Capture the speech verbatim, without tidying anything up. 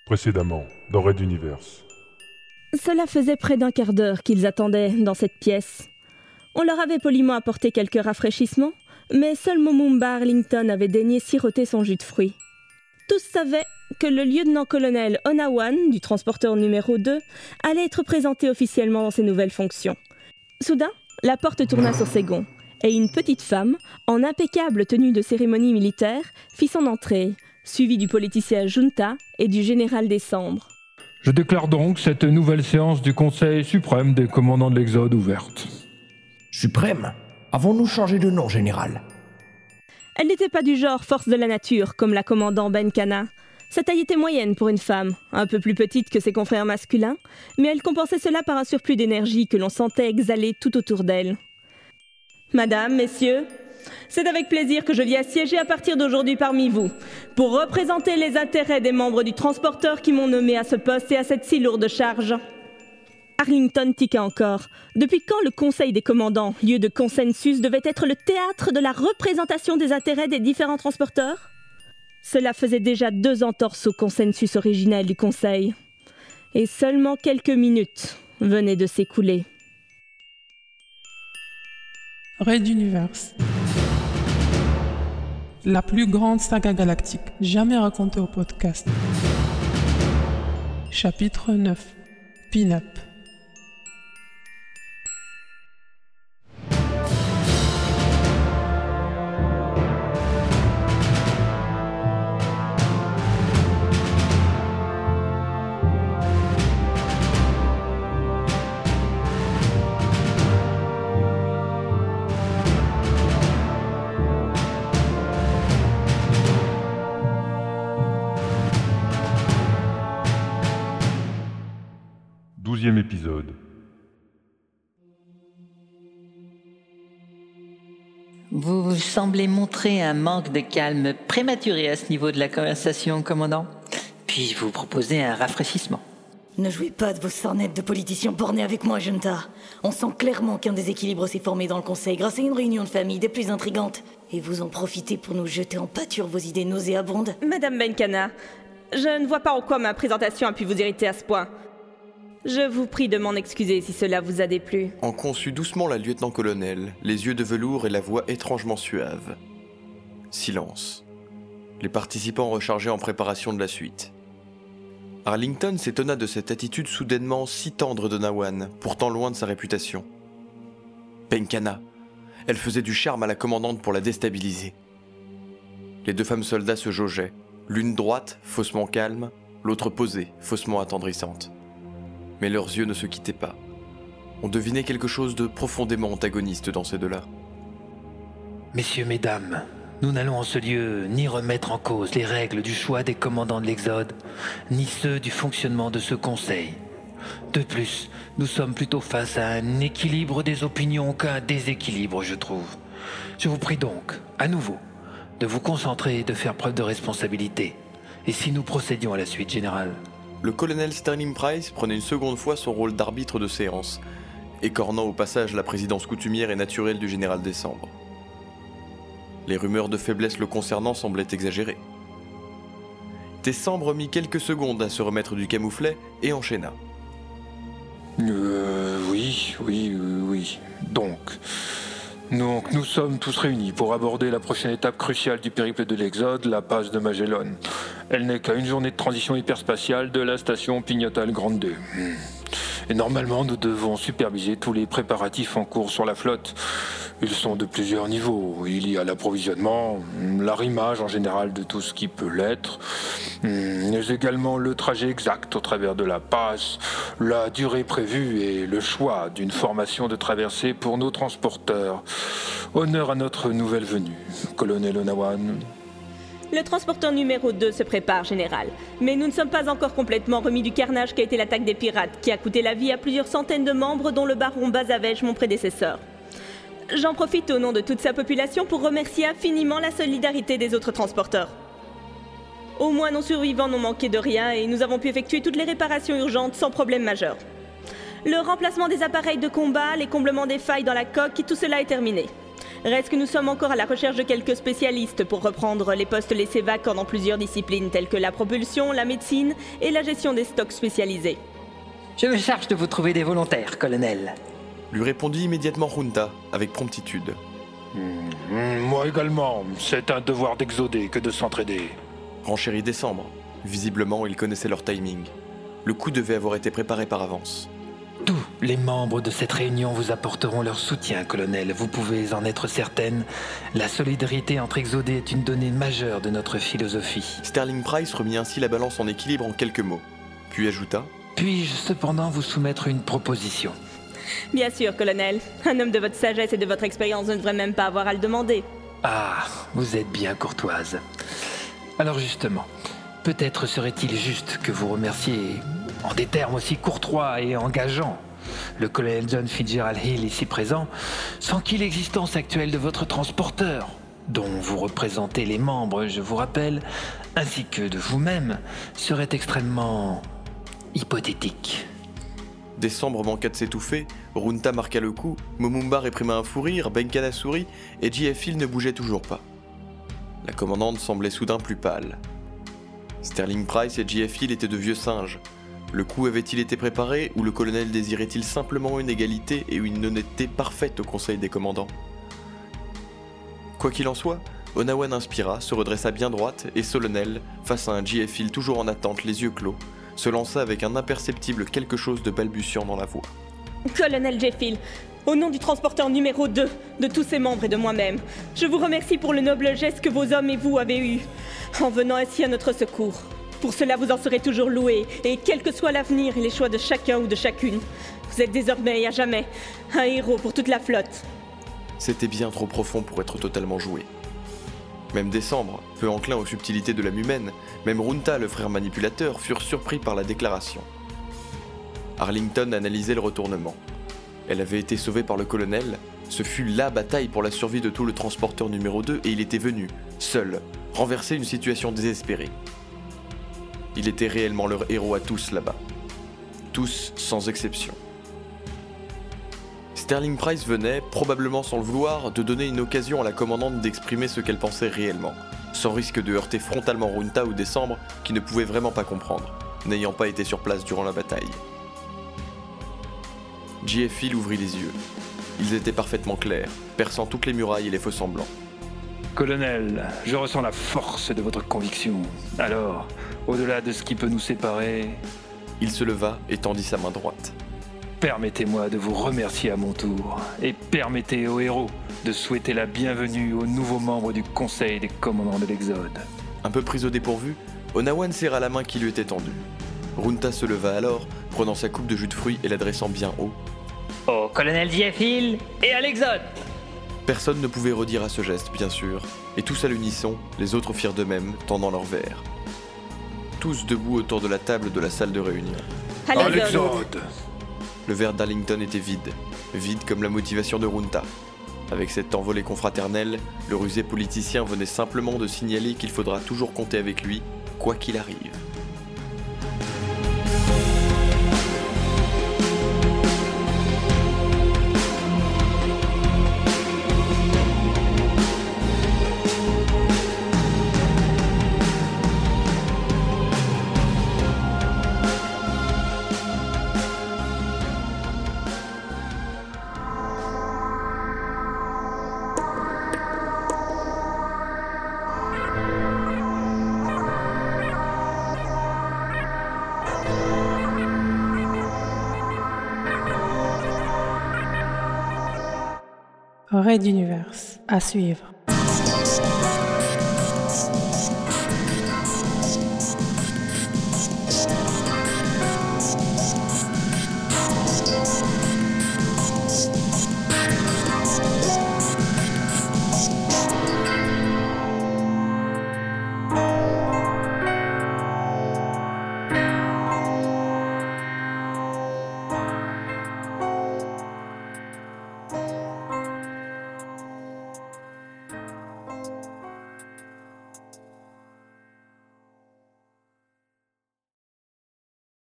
Précédemment, dans Red Universe. Cela faisait près d'un quart d'heure qu'ils attendaient dans cette pièce. On leur avait poliment apporté quelques rafraîchissements, mais seul Momumba Arlington avait daigné siroter son jus de fruits. Tous savaient que le lieutenant-colonel Onawan, du transporteur numéro deux, allait être présenté officiellement dans ses nouvelles fonctions. Soudain, la porte tourna sur ses gonds, et une petite femme, en impeccable tenue de cérémonie militaire, fit son entrée, suivie du politicien Junta et du général Décembre. Je déclare donc cette nouvelle séance du Conseil suprême des commandants de l'Exode ouverte. Suprême ? Avons-nous changé de nom, général ? Elle n'était pas du genre force de la nature, comme la commandant Benkana. Sa taille était moyenne pour une femme, un peu plus petite que ses confrères masculins, mais elle compensait cela par un surplus d'énergie que l'on sentait exhaler tout autour d'elle. Madame, messieurs, c'est avec plaisir que je viens siéger à partir d'aujourd'hui parmi vous, pour représenter les intérêts des membres du transporteur qui m'ont nommé à ce poste et à cette si lourde charge. Arlington tiqua encore. Depuis quand le Conseil des commandants, lieu de consensus, devait être le théâtre de la représentation des intérêts des différents transporteurs ? Cela faisait déjà deux entorses au consensus originel du Conseil. Et seulement quelques minutes venaient de s'écouler. Red Universe. La plus grande saga galactique jamais racontée au podcast. Chapitre neuf. Pin-up. Douzième épisode. Vous semblez montrer un manque de calme prématuré à ce niveau de la conversation, commandant. Puis vous proposez un rafraîchissement. Ne jouez pas de vos sornettes de politiciens bornés avec moi, Junta. On sent clairement qu'un déséquilibre s'est formé dans le Conseil grâce à une réunion de famille des plus intrigantes. Et vous en profitez pour nous jeter en pâture vos idées nauséabondes. Madame Benkana, je ne vois pas en quoi ma présentation a pu vous irriter à ce point. Je vous prie de m'en excuser si cela vous a déplu. On conçut doucement la lieutenant-colonel, les yeux de velours et la voix étrangement suave. Silence. Les participants rechargeaient en préparation de la suite. Arlington s'étonna de cette attitude soudainement si tendre de Nawan, pourtant loin de sa réputation. Benkana, elle faisait du charme à la commandante pour la déstabiliser. Les deux femmes soldats se jaugeaient, l'une droite, faussement calme, l'autre posée, faussement attendrissante. Mais leurs yeux ne se quittaient pas. On devinait quelque chose de profondément antagoniste dans ces deux-là. Messieurs, mesdames, nous n'allons en ce lieu ni remettre en cause les règles du choix des commandants de l'Exode, ni ceux du fonctionnement de ce conseil. De plus, nous sommes plutôt face à un équilibre des opinions qu'à un déséquilibre, je trouve. Je vous prie donc, à nouveau, de vous concentrer et de faire preuve de responsabilité. Et si nous procédions à la suite, général ? Le colonel Sterling Price prenait une seconde fois son rôle d'arbitre de séance, écornant au passage la présidence coutumière et naturelle du général Décembre. Les rumeurs de faiblesse le concernant semblaient exagérées. Décembre mit quelques secondes à se remettre du camouflet et enchaîna. Euh, oui, oui, oui, oui. Donc, donc, nous sommes tous réunis pour aborder la prochaine étape cruciale du périple de l'Exode, la passe de Magellan. Elle n'est qu'à une journée de transition hyperspatiale de la station Pignotale Grande deux. Et normalement, nous devons superviser tous les préparatifs en cours sur la flotte. Ils sont de plusieurs niveaux. Il y a l'approvisionnement, l'arrimage en général de tout ce qui peut l'être, mais également le trajet exact au travers de la passe, la durée prévue et le choix d'une formation de traversée pour nos transporteurs. Honneur à notre nouvelle venue, colonel Onawan. Le transporteur numéro deux se prépare, général. Mais nous ne sommes pas encore complètement remis du carnage qu'a été l'attaque des pirates, qui a coûté la vie à plusieurs centaines de membres, dont le baron Bazavèche, mon prédécesseur. J'en profite au nom de toute sa population pour remercier infiniment la solidarité des autres transporteurs. Au moins nos survivants n'ont manqué de rien et nous avons pu effectuer toutes les réparations urgentes sans problème majeur. Le remplacement des appareils de combat, les comblements des failles dans la coque, tout cela est terminé. Reste que nous sommes encore à la recherche de quelques spécialistes pour reprendre les postes laissés vacants dans plusieurs disciplines telles que la propulsion, la médecine et la gestion des stocks spécialisés. Je me charge de vous trouver des volontaires, colonel. Lui répondit immédiatement Junta, avec promptitude. Mmh, moi également, c'est un devoir d'exoder que de s'entraider. Renchérit Décembre. Visiblement, ils connaissaient leur timing. Le coup devait avoir été préparé par avance. Tous les membres de cette réunion vous apporteront leur soutien, colonel. Vous pouvez en être certaine. La solidarité entre exodés est une donnée majeure de notre philosophie. Sterling Price remit ainsi la balance en équilibre en quelques mots, puis ajouta « Puis-je cependant vous soumettre une proposition ?» Bien sûr, colonel. Un homme de votre sagesse et de votre expérience ne devrait même pas avoir à le demander. Ah, vous êtes bien courtoise. Alors justement, peut-être serait-il juste que vous remerciez, en des termes aussi courtois et engageants, le colonel John Fitzgerald Hill ici présent, sans qui l'existence actuelle de votre transporteur, dont vous représentez les membres, je vous rappelle, ainsi que de vous-même, serait extrêmement hypothétique. Décembre manqua de s'étouffer, Runta marqua le coup, Momumba réprima un fou rire, Benkana sourit, et J F Hill ne bougeait toujours pas. La commandante semblait soudain plus pâle. Sterling Price et J F Hill étaient de vieux singes. Le coup avait-il été préparé, ou le colonel désirait-il simplement une égalité et une honnêteté parfaite au conseil des commandants? Quoi qu'il en soit, Onawan inspira, se redressa bien droite et solennelle, face à un J F Hill toujours en attente, les yeux clos, se lança avec un imperceptible quelque chose de balbutiant dans la voix. Colonel J F Hill, au nom du transporteur numéro deux, de tous ses membres et de moi-même, je vous remercie pour le noble geste que vos hommes et vous avez eu, en venant ainsi à notre secours. Pour cela, vous en serez toujours loués, et quel que soit l'avenir et les choix de chacun ou de chacune, vous êtes désormais et à jamais un héros pour toute la flotte. C'était bien trop profond pour être totalement joué. Même Décembre, peu enclin aux subtilités de l'âme humaine, même Runta, le frère manipulateur, furent surpris par la déclaration. Arlington analysait le retournement. Elle avait été sauvée par le colonel, ce fut la bataille pour la survie de tout le transporteur numéro deux et il était venu, seul, renverser une situation désespérée. Il était réellement leur héros à tous là-bas. Tous sans exception. Sterling Price venait, probablement sans le vouloir, de donner une occasion à la commandante d'exprimer ce qu'elle pensait réellement, sans risque de heurter frontalement Runta ou Décembre, qui ne pouvait vraiment pas comprendre, n'ayant pas été sur place durant la bataille. J F Hill ouvrit les yeux. Ils étaient parfaitement clairs, perçant toutes les murailles et les faux semblants. Colonel, je ressens la force de votre conviction. Alors, au-delà de ce qui peut nous séparer... Il se leva et tendit sa main droite. Permettez-moi de vous remercier à mon tour, et permettez aux héros de souhaiter la bienvenue aux nouveaux membres du Conseil des commandants de l'Exode. Un peu pris au dépourvu, Onawan serra la main qui lui était tendue. Runta se leva alors, prenant sa coupe de jus de fruits et l'adressant bien haut. Au colonel J F Hill et à l'Exode. Personne ne pouvait redire à ce geste, bien sûr, et tous à l'unisson, les autres firent de même, tendant leurs verres. Tous debout autour de la table de la salle de réunion. À l'Exode. Le verre d'Arlington était vide, vide comme la motivation de Runta. Avec cette envolée confraternelle, le rusé politicien venait simplement de signaler qu'il faudra toujours compter avec lui, quoi qu'il arrive. Raid d'univers à suivre.